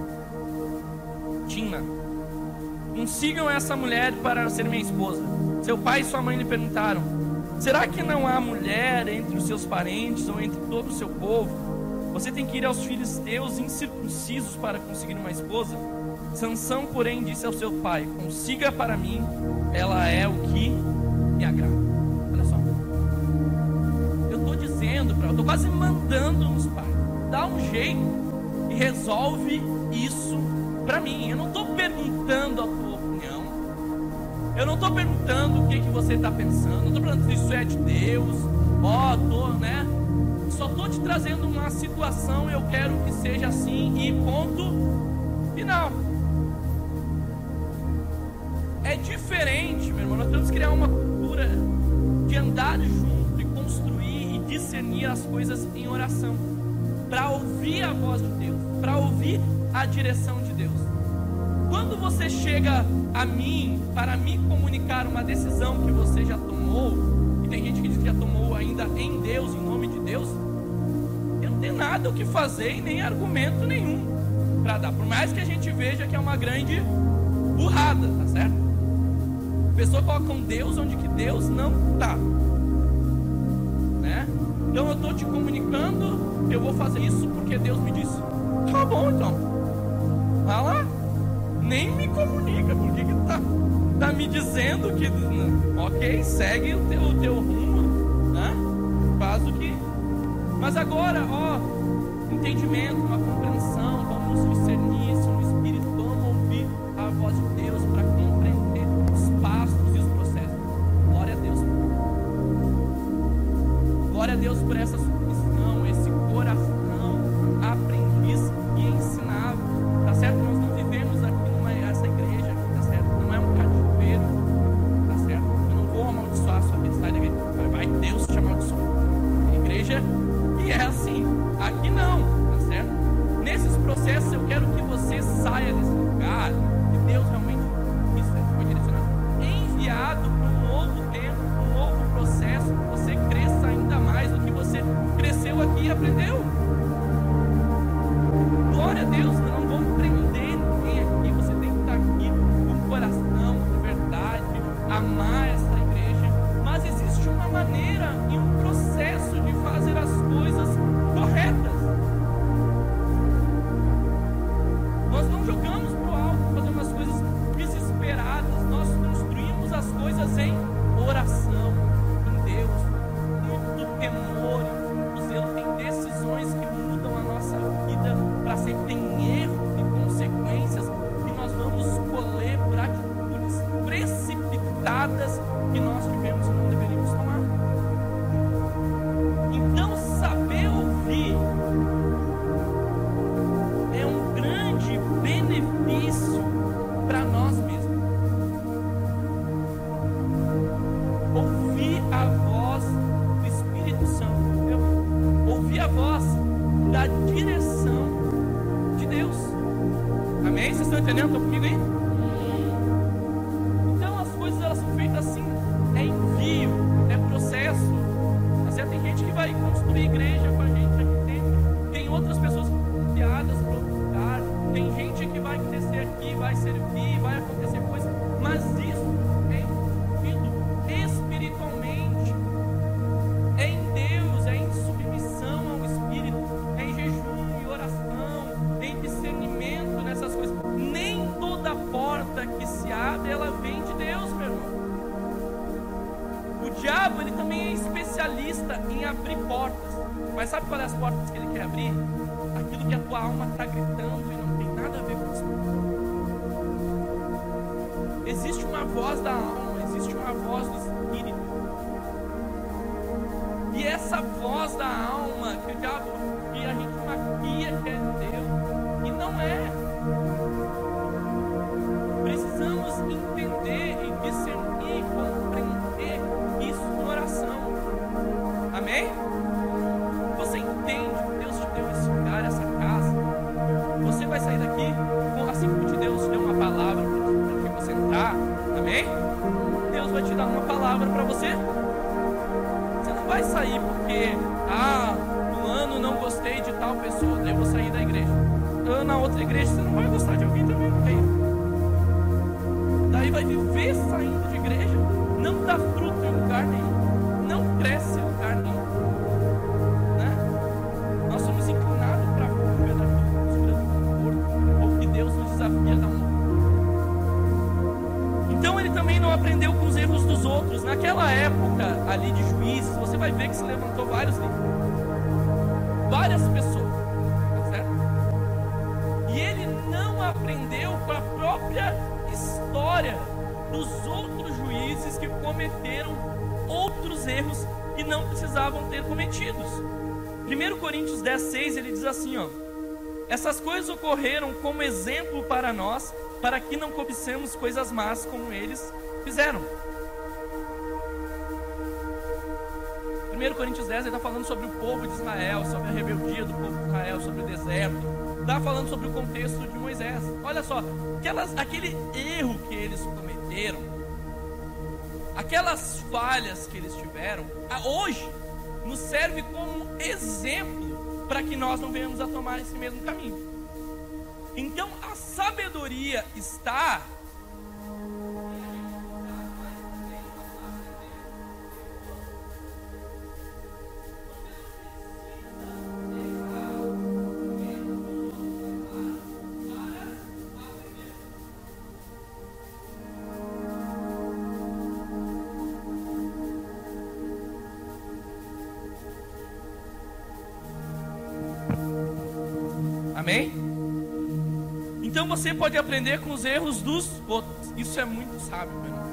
Consigam essa mulher para ser minha esposa. Seu pai e sua mãe lhe perguntaram: será que não há mulher entre os seus parentes ou entre todo o seu povo? Você tem que ir aos filisteus incircuncisos para conseguir uma esposa? Sansão, porém, disse ao seu pai: consiga para mim, ela é o que me agrada. Olha só, eu estou quase mandando nos pais: dá um jeito e resolve isso para mim. Eu não estou perguntando a tua opinião, eu não estou perguntando o que você está pensando, não estou perguntando se isso é de Deus, né? Só estou te trazendo uma situação, eu quero que seja assim e ponto final. É diferente, meu irmão. Nós temos que criar uma cultura de andar junto e construir e discernir as coisas em oração, para ouvir a voz de Deus, para ouvir a direção de Deus. Quando você chega a mim para me comunicar uma decisão que você já tomou, e tem gente que diz que já tomou ainda em Deus, em nome de Deus, eu não tenho nada o que fazer e nem argumento nenhum para dar, por mais que a gente veja que é uma grande burrada, tá certo? A pessoa coloca um Deus onde que Deus não está, né? Então eu estou te comunicando, eu vou fazer isso porque Deus me disse. Tá bom, então vai lá, nem me comunica, porque que tá me dizendo que ok, segue o teu rumo, né? Faz o que. Mas agora, entendimento, uma compreensão, vamos discernir isso no Espírito, vamos ouvir a voz de Deus para compreender os passos e os processos. Glória a Deus. Glória a Deus por essa submissão, esse coração aprendiz e ensinável. Tá certo? Nós não vivemos aqui essa igreja, tá certo? Não é um cativeiro, tá certo? Eu não vou amaldiçoar a sua vida, sai da igreja. Vai Deus te amaldiçoar. A igreja e é assim. Aqui não, tá certo? Nesses processos eu quero que você saia desse lugar, que Deus realmente foi direcionado, enviado para um novo tempo, um novo processo, que você cresça ainda mais do que você existe uma maneira e um processo de fazer as coisas corretas. Nós não jogamos pro alto, fazemos as coisas desesperadas. Nós construímos as coisas em oração, em Deus, muito temor, muito zelo. Tem decisões que mudam a nossa vida para sempre. Tem erros e consequências que nós vamos colher por atitudes precipitadas que nós tivemos e não deveríamos tomar. Então, saber ouvir é um grande benefício para nós mesmos. Ouvir a voz do Espírito Santo, ouvir a voz da direção de Deus. Amém? Vocês estão entendendo? Estão comigo aí? Então as coisas elas são feitas assim, é envio, é processo. Assim, tem gente que vai construir igreja com a gente aqui dentro, tem outras pessoas que são enviadas para outro lugar, tem gente que vai crescer aqui, vai servir, vai acontecer coisas, mas isso é envolvido espiritualmente, é em Deus, é em submissão ao Espírito, é em jejum e oração, é em discernimento nessas coisas. Nem toda porta que se abre, ela vem de Deus, meu irmão. O diabo, ele também é especialista em abrir portas. Mas sabe qual é as portas que ele quer abrir? Aquilo que a tua alma está gritando e não tem nada a ver com isso. Existe uma voz da alma, existe uma voz do Espírito. E essa voz da alma que o diabo, que a gente maquia que é de Deus, e não é. Precisamos entender e discernir, compreender isso em oração. Amém? Você entende que Deus te deu esse lugar, essa casa? Você vai sair daqui assim que Deus te deu uma palavra para você entrar. Amém? Deus vai te dar uma palavra para você. Você não vai sair porque no ano não gostei de tal pessoa, daí eu vou sair da igreja. Na outra igreja você não vai gostar de alguém também no meio. Daí vai viver saindo de igreja, não dá fruto em lugar nenhum, não cresce em lugar nenhum, né? Nós somos inclinados para viver daquilo que ou que Deus nos desafia a um. Então ele também não aprendeu com os erros dos outros. Naquela época ali de Juízes, você vai ver que se levantou várias pessoas, tá certo? E ele não aprendeu com a própria história dos outros juízes que cometeram outros erros que não precisavam ter cometidos. 1 Coríntios 10:6, ele diz assim, essas coisas ocorreram como exemplo para nós, para que não cobicemos coisas más como eles fizeram. 1 Coríntios 10, ele está falando sobre o povo de Israel, sobre a rebeldia do povo de Israel, sobre o deserto. Está falando sobre o contexto de Moisés. Olha só, aquele erro que eles cometeram, aquelas falhas que eles tiveram, hoje nos serve como exemplo para que nós não venhamos a tomar esse mesmo caminho. Então a sabedoria está Amém? Então você pode aprender com os erros dos outros. Isso é muito sábio, meu irmão.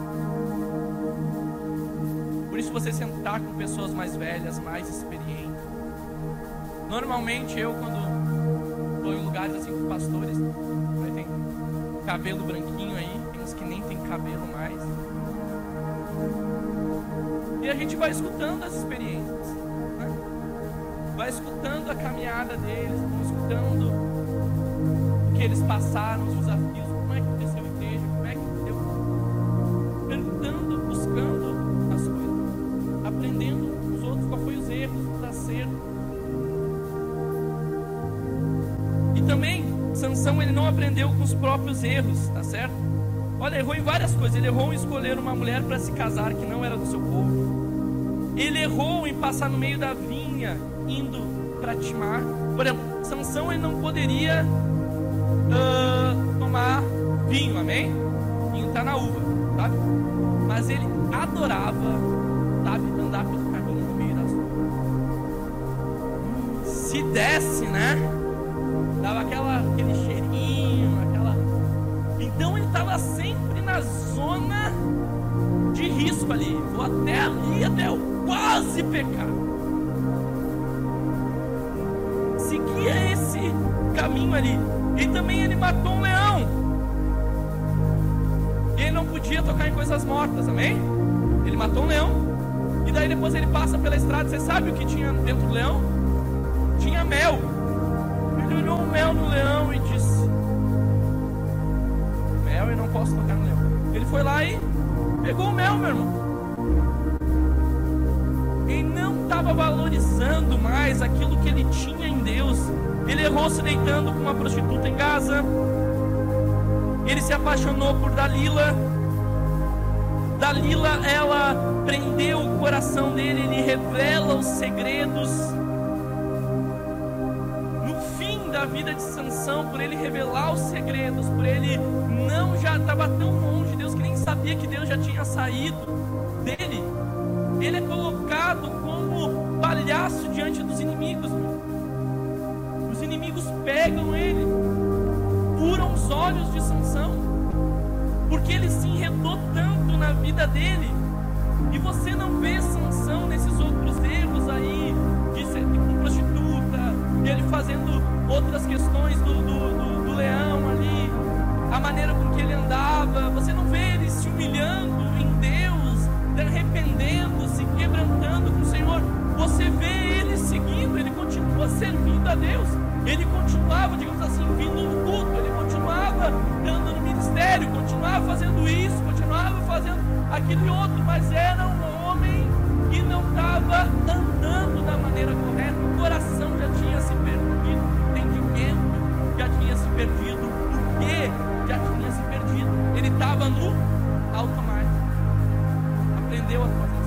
Por isso você sentar com pessoas mais velhas, mais experientes. Normalmente eu, quando estou em lugares assim com pastores, tem cabelo branquinho aí, tem uns que nem tem cabelo mais. E a gente vai escutando as experiências, né? Vai escutando a caminhada deles, vai escutando o que eles passaram, os desafios, como é que cresceu a igreja, como é que deu, perguntando, buscando as coisas, aprendendo com os outros qual foi os erros, os acertos. E também Sansão, ele não aprendeu com os próprios erros, tá certo? Olha, errou em várias coisas. Ele errou em escolher uma mulher para se casar que não era do seu povo. Ele errou em passar no meio da vinha indo para Timar. Por exemplo, Sansão, ele não poderia tomar vinho, amém? Vinho está na uva, sabe? Mas ele adorava, sabe, andar pelo caminho no meio das uvas. Se desse, né? Dava aquele cheirinho, Então ele estava sempre na zona de risco ali. Vou até ali, até eu quase pecar. Seguia esse caminho ali. E também ele matou um leão. E ele não podia tocar em coisas mortas, amém? Ele matou um leão. E daí depois ele passa pela estrada. Você sabe o que tinha dentro do leão? Tinha mel. Ele olhou o mel no leão e disse: mel, eu não posso tocar no leão. Ele foi lá e pegou o mel, meu irmão. Ele não estava valorizando mais aquilo que ele tinha em Deus. Ele errou se deitando com uma prostituta em Gaza. Ele se apaixonou por Dalila. Dalila, ela prendeu o coração dele. Ele revela os segredos. Da vida de Sansão, por ele revelar os segredos, por ele não já estava tão longe de Deus que nem sabia que Deus já tinha saído dele. Ele é colocado como palhaço diante dos inimigos. Os inimigos pegam ele, furam os olhos de Sansão, porque ele se enredou tanto na vida dele. E você não vê Sansão nesses outros erros aí, de ser com prostituta, ele fazendo outras questões do leão ali, a maneira com que ele andava. Você não vê ele se humilhando em Deus, arrependendo, se quebrantando com o Senhor. Você vê ele seguindo, ele continua servindo a Deus. Ele continuava, digamos assim, vindo no culto, ele continuava andando no ministério, continuava fazendo isso, continuava fazendo aquilo e outro, mas era um homem que não estava andando da maneira correta. O coração já tinha se perdido, o entendimento já tinha se perdido, o que já tinha se perdido. Ele estava no automático. Aprendeu a fazer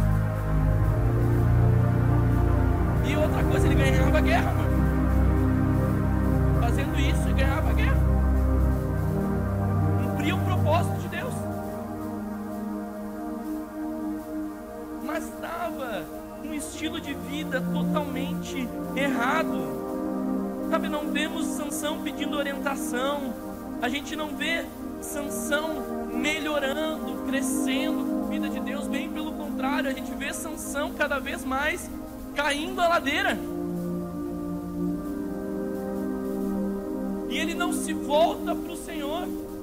isso. E outra coisa, ele ganhava a guerra, mano. Fazendo isso, ele ganhava a guerra. Cumpria o propósito de Deus. Mas estava um estilo de vida totalmente errado. Sabe, não vemos Sansão pedindo orientação. A gente não vê Sansão melhorando, crescendo com a vida de Deus. Bem pelo contrário, a gente vê Sansão cada vez mais caindo a ladeira. E ele não se volta para o Senhor.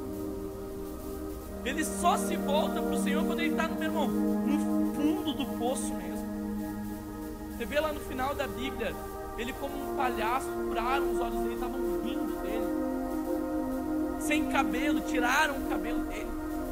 Ele só se volta para o Senhor quando ele está, meu irmão, no fundo do poço mesmo. Você vê lá no final da Bíblia, ele como um palhaço, furaram os olhos dele, estavam rindo dele. Sem cabelo, tiraram o cabelo dele.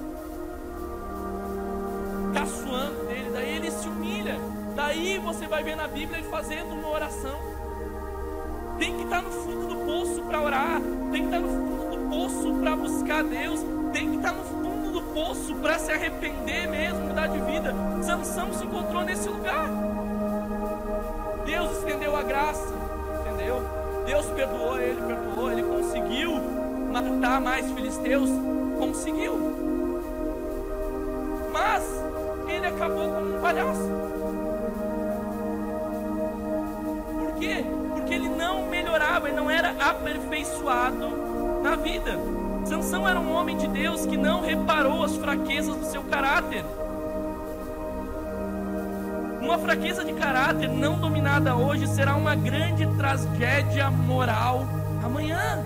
Caçoando dele, daí ele se humilha. Daí você vai ver na Bíblia ele fazendo uma oração. Tem que estar no fundo do poço para orar. Tem que estar no fundo do poço para buscar Deus. Tem que estar no fundo do poço para se arrepender mesmo, mudar de vida. Sansão se encontrou nesse lugar. Deus estendeu a graça, entendeu? Deus perdoou, ele conseguiu matar mais filisteus, conseguiu. Mas ele acabou como um palhaço. Por quê? Porque ele não melhorava, ele não era aperfeiçoado na vida. Sansão era um homem de Deus que não reparou as fraquezas do seu caráter. Uma fraqueza de caráter não dominada hoje será uma grande tragédia moral amanhã.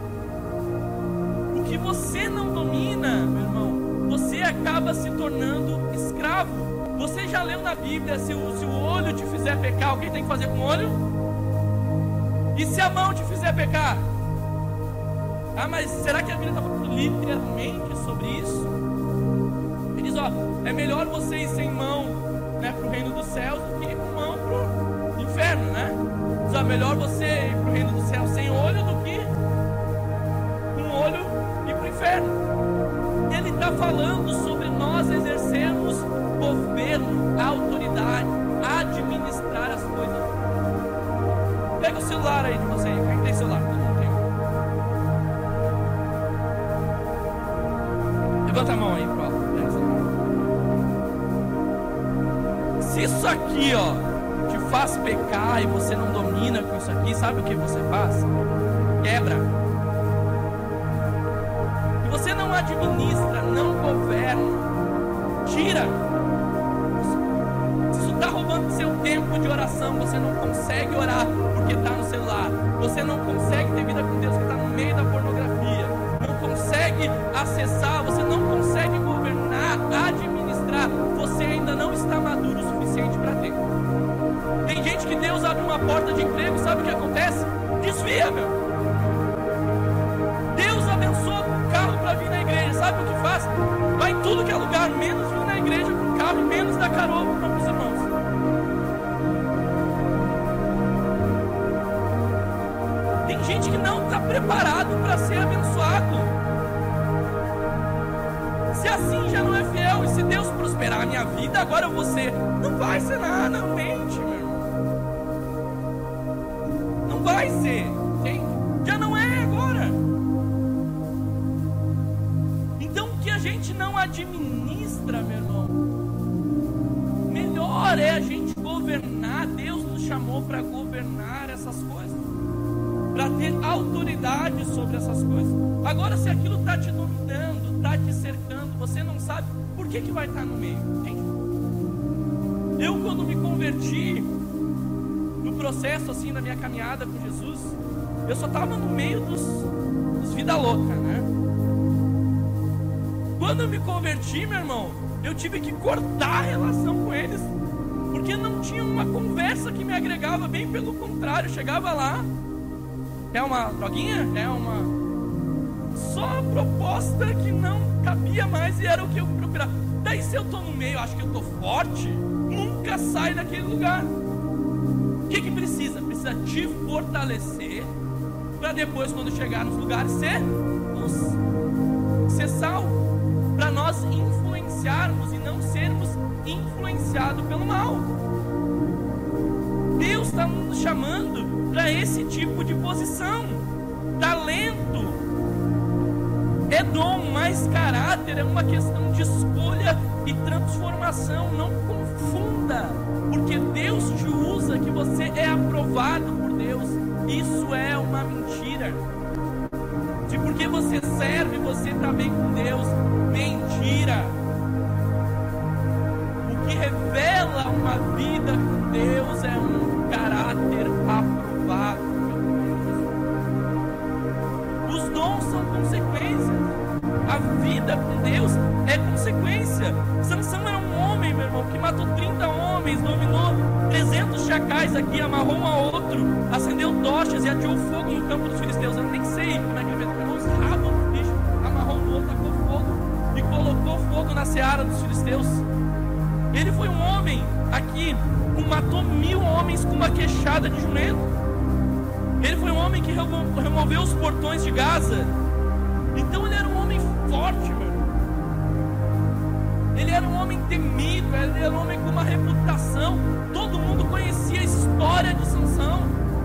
O que você não domina, meu irmão, você acaba se tornando escravo. Você já leu na Bíblia, se o olho te fizer pecar, o que tem que fazer com o olho? E se a mão te fizer pecar? Ah, mas será que a Bíblia está falando literalmente sobre isso? Ele diz, ó, é melhor você ir sem mão, né, para o reino dos céus do que com mão para o inferno, né? Diz, ó, melhor você ir para o reino dos céus sem olho do que com olho ir para o inferno. Ele está falando sobre nós exercermos governo, autoridade, administrar as coisas. Pega o celular aí de você. Quem tem celular? Todo mundo tem. Levanta a mão aí, pronto. Se isso aqui, te faz pecar e você não domina com isso aqui, sabe o que você faz? Quebra. E você não administra, não governa, tira. Se isso está roubando seu tempo de oração, você não consegue orar porque está no celular. Você não consegue ter vida com Deus porque está no meio da pornografia. Não consegue acessar, você não consegue governar, administrar. Você ainda não está maduro o suficiente para ter. Tem gente que Deus abre uma porta de emprego, sabe o que acontece? Desvia, meu. Deus abençoa com carro para vir na igreja, sabe o que faz? Vai em tudo que é lugar, menos vir na igreja com carro e menos dar carona para os irmãos. Tem gente que não está preparado para ser abençoado. Se assim já não é fiel, e se Deus prosperar a minha vida, agora eu vou ser. Não vai ser nada, não mente, meu irmão. Não vai ser, gente. Já não é agora. Então o que a gente não administra, meu irmão, melhor é a gente governar. Deus nos chamou para governar essas coisas, para ter autoridade sobre essas coisas. Agora, se aquilo está te dominando, está te cercando, você não sabe, por que vai estar no meio? Entende? Eu, quando me converti, no processo assim da minha caminhada com Jesus, eu só estava no meio dos vida louca, né? Quando eu me converti, meu irmão, eu tive que cortar a relação com eles, porque não tinha uma conversa que me agregava, bem pelo contrário, chegava lá, é uma droguinha? É uma... Só proposta que não cabia mais e era o que eu procurava. Daí se eu estou no meio, acho que eu estou forte, nunca sai daquele lugar. O que precisa? Precisa te fortalecer para depois, quando chegar nos lugares, ser salvo. Para nós influenciarmos e não sermos influenciados pelo mal. Deus está nos chamando para esse tipo de posição. Talento é dom, mas caráter é uma questão de escolha e transformação. Não confunda, porque Deus te usa, que você é aprovado por Deus. Isso é uma mentira. De porque você serve, você está bem com Deus. Mentira. O que revela uma vida com Deus é um caráter aprovado. Os dons são consequências. A vida com Deus é consequência. Sansão era um homem, meu irmão, que matou 30 homens, dominou 300 chacais aqui, amarrou um a outro, acendeu tochas e ateou fogo no campo dos filisteus. Eu nem sei como é que ele pegou os rabos do bicho, amarrou no outro, tacou fogo e colocou fogo na seara dos filisteus. Ele foi um homem aqui que matou 1000 homens com uma queixada de jumento. Ele foi um homem que removeu os portões de Gaza. Então ele era um homem forte, meu irmão. Ele era um homem temido, ele era um homem com uma reputação. Todo mundo conhecia a história de Sansão.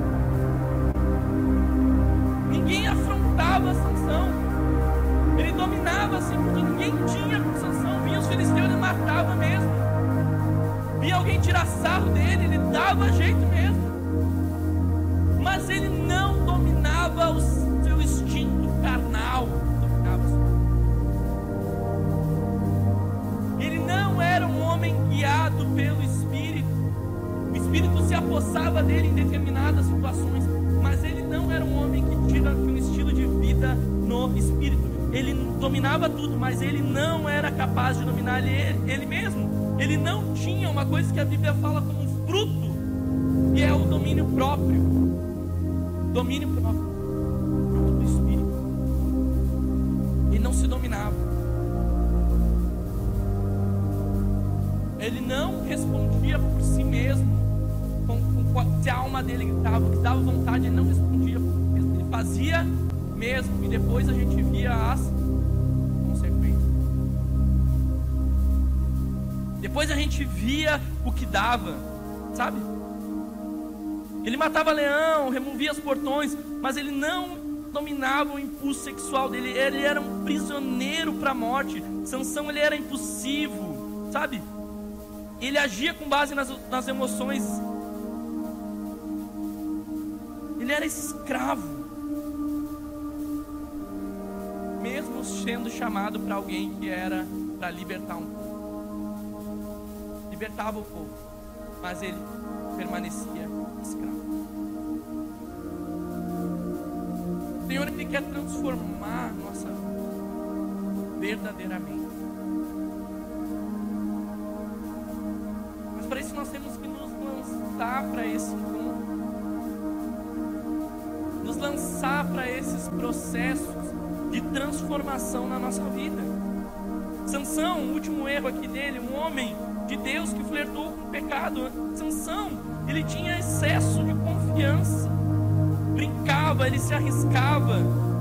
Ninguém afrontava Sansão. Ele dominava assim, porque ninguém tinha com Sansão. Vinha os filisteus, ele matava mesmo. Via alguém tirar sarro dele, ele dava jeito mesmo. Mas ele não dominava o seu instinto carnal. Ele não era um homem guiado pelo Espírito. O Espírito se apossava dele em determinadas situações, mas ele não era um homem que tinha um estilo de vida no Espírito. Ele dominava tudo, mas ele não era capaz de dominar ele mesmo. Ele não tinha uma coisa que a Bíblia fala como um fruto, que é o domínio próprio. Domínio próprio, fruto do Espírito. Ele não se dominava. Ele não respondia por si mesmo. Se a alma dele gritava, que dava vontade, ele não respondia por si mesmo. Ele fazia mesmo. E depois a gente via as consequências. Depois a gente via o que dava, sabe? Ele matava leão, removia os portões, mas ele não dominava o impulso sexual dele. Ele era um prisioneiro para a morte. Sansão, ele era impulsivo, sabe? Ele agia com base nas emoções. Ele era escravo, mesmo sendo chamado para alguém que era para libertar um povo. Libertava o povo, mas ele permanecia escravo. O Senhor, Ele quer transformar nossa vida verdadeiramente. Mas para isso nós temos que nos lançar para esse encontro, nos lançar para esses processos de transformação na nossa vida. Sansão, o último erro aqui dele, um homem de Deus que flertou com o pecado. Sansão, ele tinha excesso de confiança, brincava, ele se arriscava.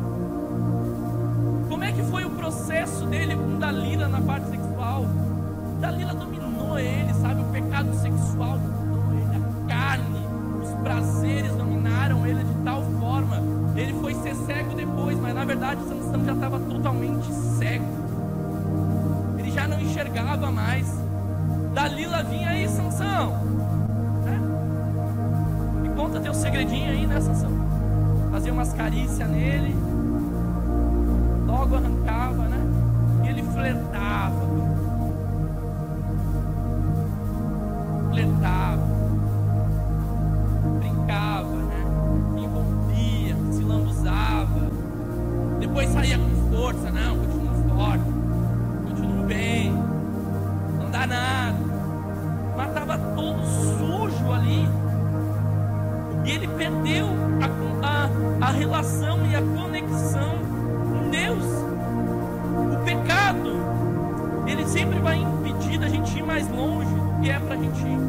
Como é que foi o processo dele com Dalila na parte sexual? Dalila dominou ele, sabe? O pecado sexual dominou ele, a carne, os prazeres dominaram ele de tal forma. Ele foi ser cego depois, mas na verdade Sansão já estava totalmente cego. Ele já não enxergava mais. Dalila vinha aí, Sansão, me conta teu segredinho aí, né, Sansão? Fazia umas carícias nele, logo arrancava, né? E ele flertava, brincava, né? Envolvia, se lambuzava. Depois saía com força, não, continuo forte, continuo bem, não dá nada. Mas estava todo sujo ali. E ele perdeu a relação e a conexão com Deus. O pecado, ele sempre vai impedir da gente ir mais longe do que é para a gente ir.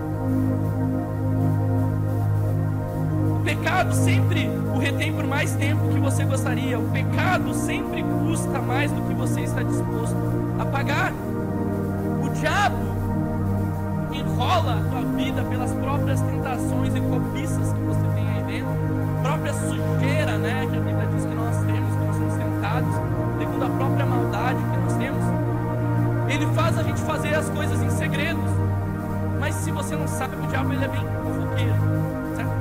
O pecado sempre o retém por mais tempo que você gostaria. O pecado sempre custa mais do que você está disposto a pagar. O diabo enrola a tua vida pelas próprias tentações e cobiças que você tem aí dentro, própria sujeira, né, que a Bíblia diz que nós temos, que nós somos tentados, segundo a própria maldade que nós temos. Ele faz a gente fazer as coisas em segredos, mas se você não sabe, o diabo ele é bem fofoqueiro, certo?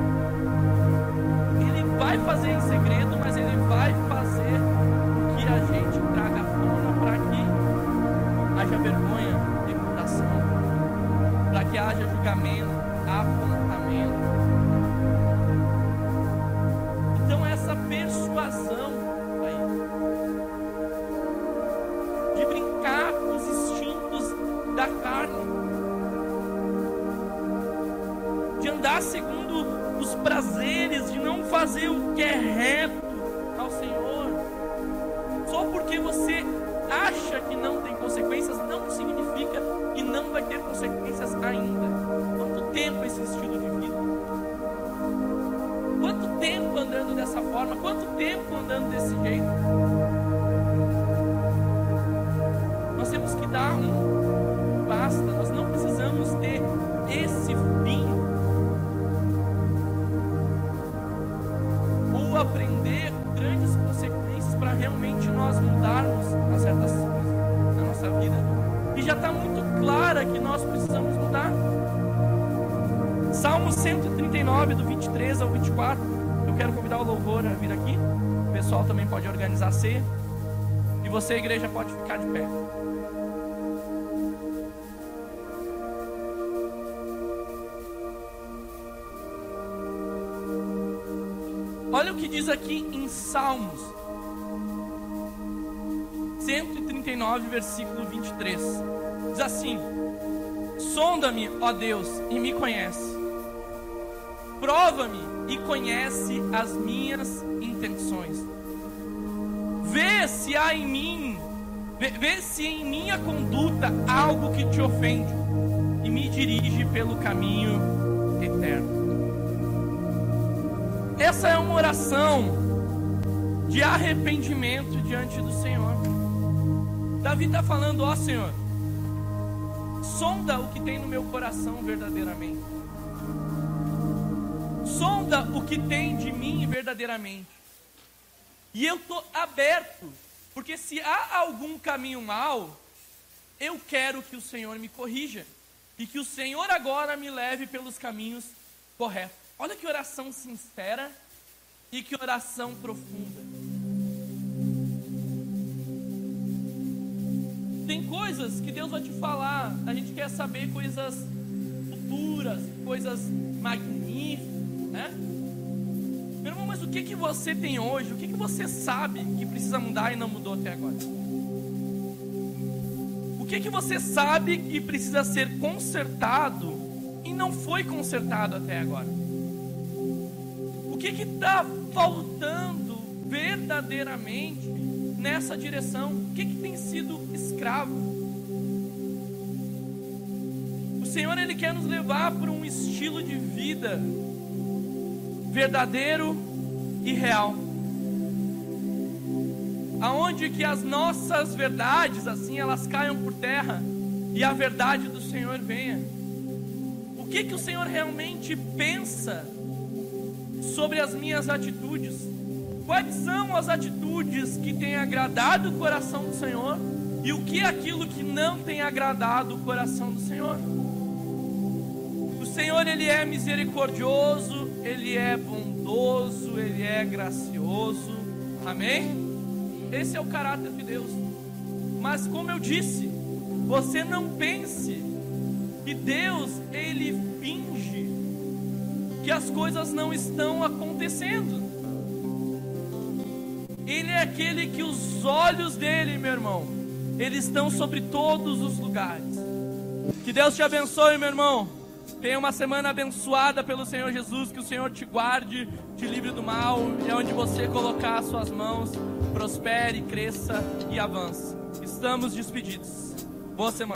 Ele vai fazer em segredo, mas ele vai fazer o que a gente traga à tona para que haja vergonha, reputação, para que haja julgamento, apontamento. Então essa persuasão aí, de brincar com os instintos da carne, de andar segundo os prazeres, de não fazer o que é reto ao Senhor, só porque você acha que não tem consequências, não significa que não vai ter consequências ainda. Quanto tempo esse estilo de vida? Quanto tempo andando dessa forma? Quanto tempo andando desse jeito? Nós temos que dar um basta. Nós não precisamos ter esse fim, ou aprender grandes consequências para realmente nós mudarmos certas coisas na nossa vida. E já está muito clara que nós precisamos mudar. Salmo 139, do 23 ao 24. Eu quero convidar o louvor a vir aqui. O pessoal também pode organizar a ceia. E você, igreja, pode ficar de pé. Olha o que diz aqui em Salmos 139, versículo 23. Diz assim: sonda-me, ó Deus, e me conhece. Prova-me e conhece as minhas intenções. Vê se há em mim, vê se em minha conduta há algo que te ofende, e me dirige pelo caminho eterno. Essa é uma oração de arrependimento diante do Senhor. Davi está falando: ó Senhor, sonda o que tem no meu coração verdadeiramente. Sonda o que tem de mim verdadeiramente. E eu estou aberto, porque se há algum caminho mau, eu quero que o Senhor me corrija. E que o Senhor agora me leve pelos caminhos corretos. Olha que oração sincera e que oração profunda. Tem coisas que Deus vai te falar, a gente quer saber coisas futuras, coisas magníficas, né? Meu irmão, mas o que você tem hoje? O que você sabe que precisa mudar e não mudou até agora? O que você sabe que precisa ser consertado e não foi consertado até agora? O que está faltando verdadeiramente nessa direção? O que tem sido escravo? O Senhor, Ele quer nos levar para um estilo de vida verdadeiro e real, aonde que as nossas verdades, assim, elas caiam por terra e a verdade do Senhor venha. O que o Senhor realmente pensa sobre as minhas atitudes? Quais são as atitudes que têm agradado o coração do Senhor e o que é aquilo que não tem agradado o coração do Senhor? O Senhor, Ele é misericordioso, Ele é bondoso, Ele é gracioso, amém? Esse é o caráter de Deus. Mas como eu disse, você não pense que Deus, Ele finge que as coisas não estão acontecendo. Ele é aquele que os olhos dele, meu irmão, eles estão sobre todos os lugares. Que Deus te abençoe, meu irmão. Tenha uma semana abençoada pelo Senhor Jesus. Que o Senhor te guarde, te livre do mal. E onde você colocar as suas mãos, prospere, cresça e avance. Estamos despedidos. Boa semana.